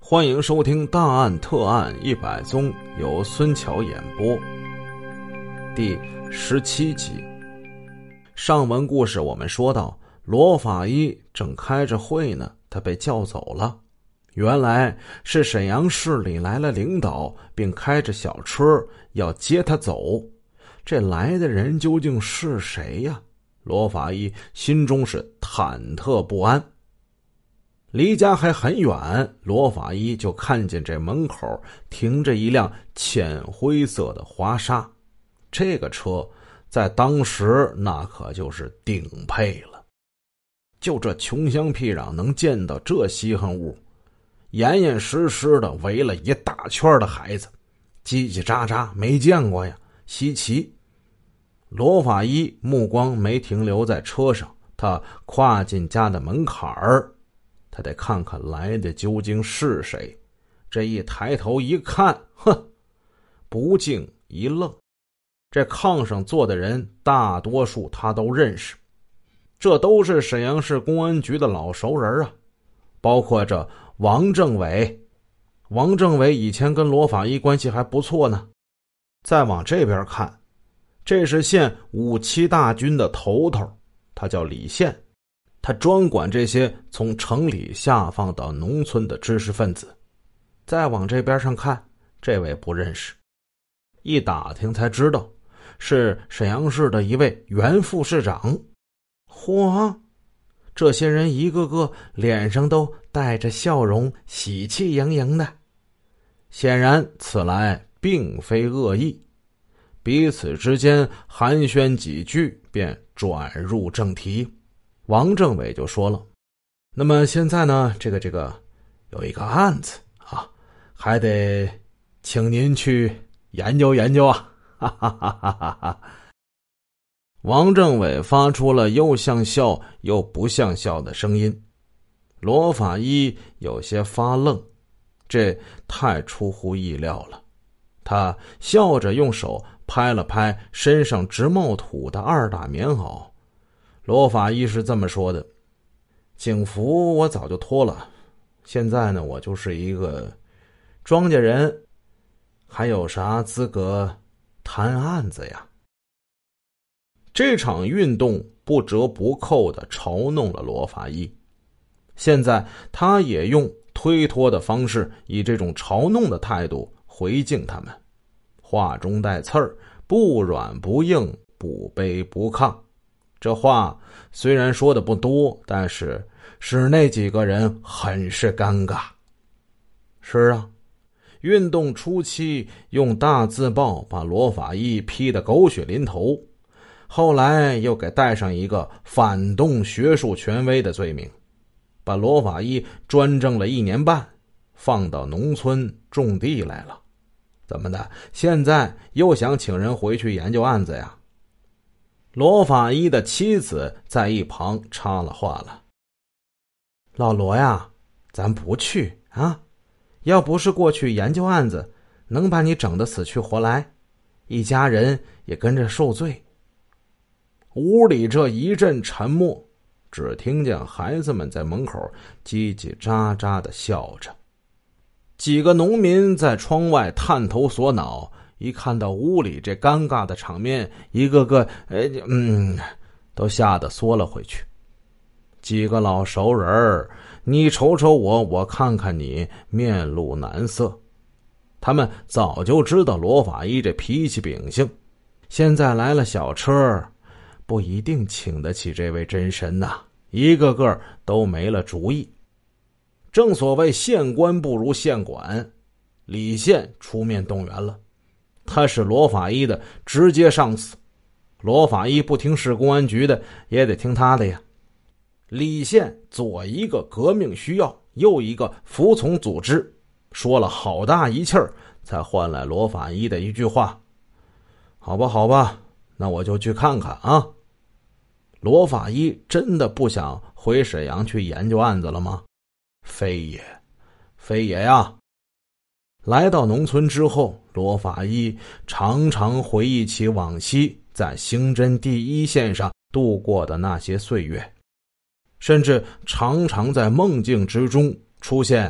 欢迎收听《大案特案100宗》，由孙桥演播。第17集。上文故事我们说到，罗法医正开着会呢，他被叫走了。原来是沈阳市里来了领导，并开着小车要接他走。这来的人究竟是谁呀？罗法医心中是忐忑不安。离家还很远，罗法医就看见这门口停着一辆浅灰色的华沙。这个车在当时那可就是顶配了。就这穷乡僻壤能见到这稀罕物，严严实实的围了一大圈的孩子，叽叽喳喳，没见过呀，稀奇。罗法医目光没停留在车上，他跨进家的门槛儿，他得看看来的究竟是谁。这一抬头一看，不禁一愣。这炕上坐的人大多数他都认识，这都是沈阳市公安局的老熟人啊，包括着王政委。王政委以前跟罗法医关系还不错呢。再往这边看，这是县57大军的头头，他叫李宪，他专管这些从城里下放到农村的知识分子。再往这边上看，这位不认识，一打听才知道是沈阳市的一位原副市长。嚯，这些人一个个脸上都带着笑容，喜气盈盈的，显然此来并非恶意。彼此之间寒暄几句，便转入正题。王政委就说了，那么现在呢，这个有一个案子啊，还得请您去研究研究啊，哈哈哈哈哈哈。王政委发出了又像笑又不像笑的声音。罗法医有些发愣，这太出乎意料了。他笑着用手拍了拍身上直冒土的二大棉袄。罗法医是这么说的，警服我早就脱了，现在呢，我就是一个庄稼人，还有啥资格谈案子呀？这场运动不折不扣地嘲弄了罗法医，现在他也用推脱的方式，以这种嘲弄的态度回敬他们，话中带刺儿，不软不硬，不卑不亢。这话虽然说的不多，但是使那几个人很是尴尬。是啊，运动初期用大字报把罗法医批得狗血淋头，后来又给带上一个反动学术权威的罪名，把罗法医专政了1年半，放到农村种地来了。怎么的，现在又想请人回去研究案子呀？罗法医的妻子在一旁插了话了，老罗呀，咱不去啊，要不是过去研究案子，能把你整得死去活来，一家人也跟着受罪。屋里这一阵沉默，只听见孩子们在门口叽叽喳喳地笑着。几个农民在窗外探头索脑，一看到屋里这尴尬的场面，一个个都吓得缩了回去。几个老熟人，你瞅瞅我，我看看你，面露难色。他们早就知道罗法医这脾气秉性，现在来了小车，不一定请得起这位真神呐，一个个都没了主意。正所谓县官不如县管，李宪出面动员了，他是罗法医的直接上司，罗法医不听市公安局的，也得听他的呀。李宪左一个革命需要，右一个服从组织，说了好大一气儿，才换来罗法医的一句话，好吧好吧，那我就去看看啊。罗法医真的不想回沈阳去研究案子了吗？非也，非也呀。来到农村之后，罗法医常常回忆起往昔在刑侦第一线上度过的那些岁月，甚至常常在梦境之中出现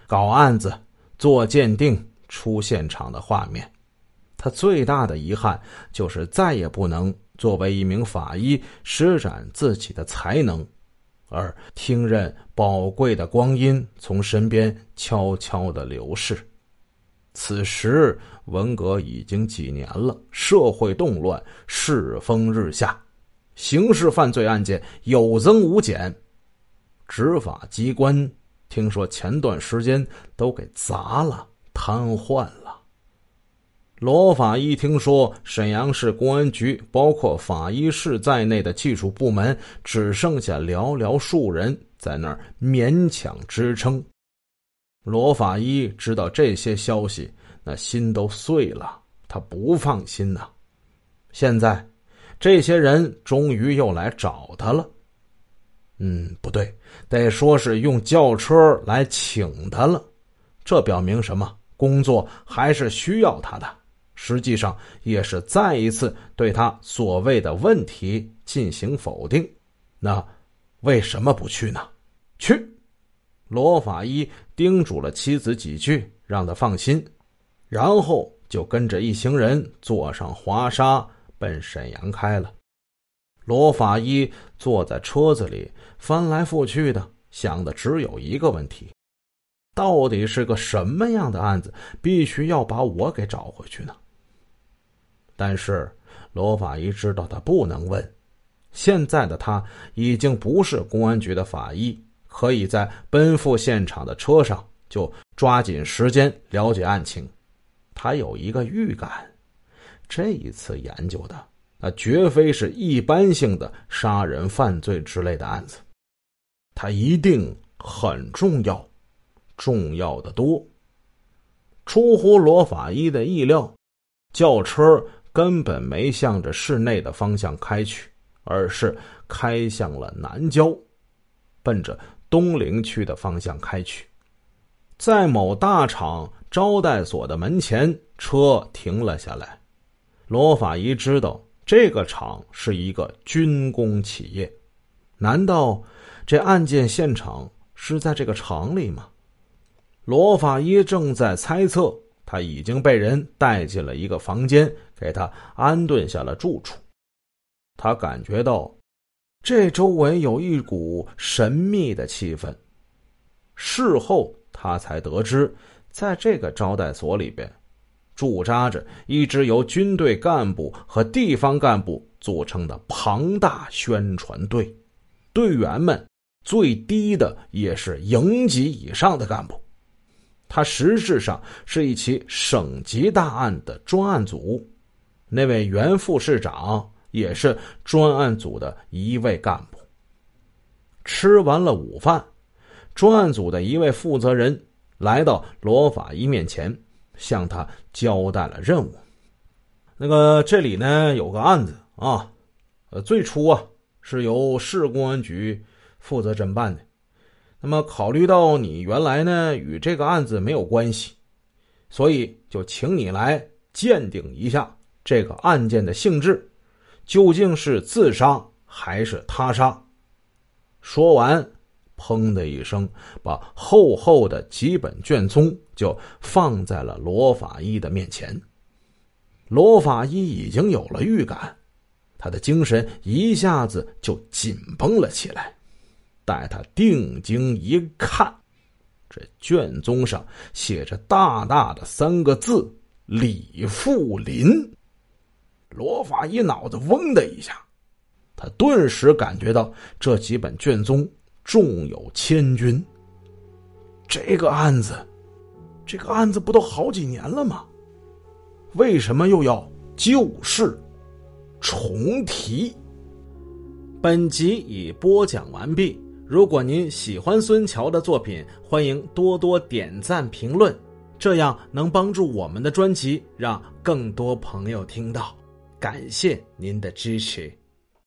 搞案子、做鉴定、出现场的画面。他最大的遗憾就是再也不能作为一名法医施展自己的才能，而听任宝贵的光阴从身边悄悄地流逝。此时文革已经几年了，社会动乱，世风日下，刑事犯罪案件有增无减。执法机关听说前段时间都给砸了，瘫痪了。罗法医听说沈阳市公安局包括法医室在内的技术部门只剩下寥寥数人在那儿勉强支撑。罗法医知道这些消息，那心都碎了，他不放心呐。现在这些人终于又来找他了。不对，得说是用轿车来请他了。这表明什么？工作还是需要他的。实际上也是再一次对他所谓的问题进行否定。那为什么不去呢？去！罗法医叮嘱了妻子几句，让他放心，然后就跟着一行人坐上华沙奔沈阳开了。罗法医坐在车子里翻来覆去的，想的只有一个问题：到底是个什么样的案子必须要把我给找回去呢？但是罗法医知道他不能问，现在的他已经不是公安局的法医，可以在奔赴现场的车上就抓紧时间了解案情。他有一个预感，这一次研究的那绝非是一般性的杀人犯罪之类的案子，它一定很重要，重要的多。出乎罗法医的意料，轿车根本没向着市内的方向开去，而是开向了南郊，奔着东陵区的方向开去。在某大厂招待所的门前，车停了下来。罗法医知道这个厂是一个军工企业，难道这案件现场是在这个厂里吗？罗法医正在猜测，他已经被人带进了一个房间，给他安顿下了住处。他感觉到这周围有一股神秘的气氛。事后他才得知，在这个招待所里边驻扎着一支由军队干部和地方干部组成的庞大宣传队，队员们最低的也是营级以上的干部。它实质上是一起省级大案的专案组，那位原副市长也是专案组的一位干部。吃完了午饭，专案组的一位负责人来到罗法医面前，向他交代了任务。这里呢有个案子啊，最初是由市公安局负责侦办的。那么考虑到你原来呢与这个案子没有关系，所以就请你来鉴定一下这个案件的性质，究竟是自杀还是他杀。说完，砰的一声，把厚厚的几本卷宗就放在了罗法医的面前。罗法医已经有了预感，他的精神一下子就紧绷了起来。待他定睛一看，这卷宗上写着大大的3个字：李富林。罗法医脑子嗡的一下，他顿时感觉到这几本卷宗重有千钧。这个案子不都好几年了吗？为什么又要旧事重提？本集已播讲完毕。如果您喜欢孙桥的作品，欢迎多多点赞评论，这样能帮助我们的专辑让更多朋友听到。感谢您的支持。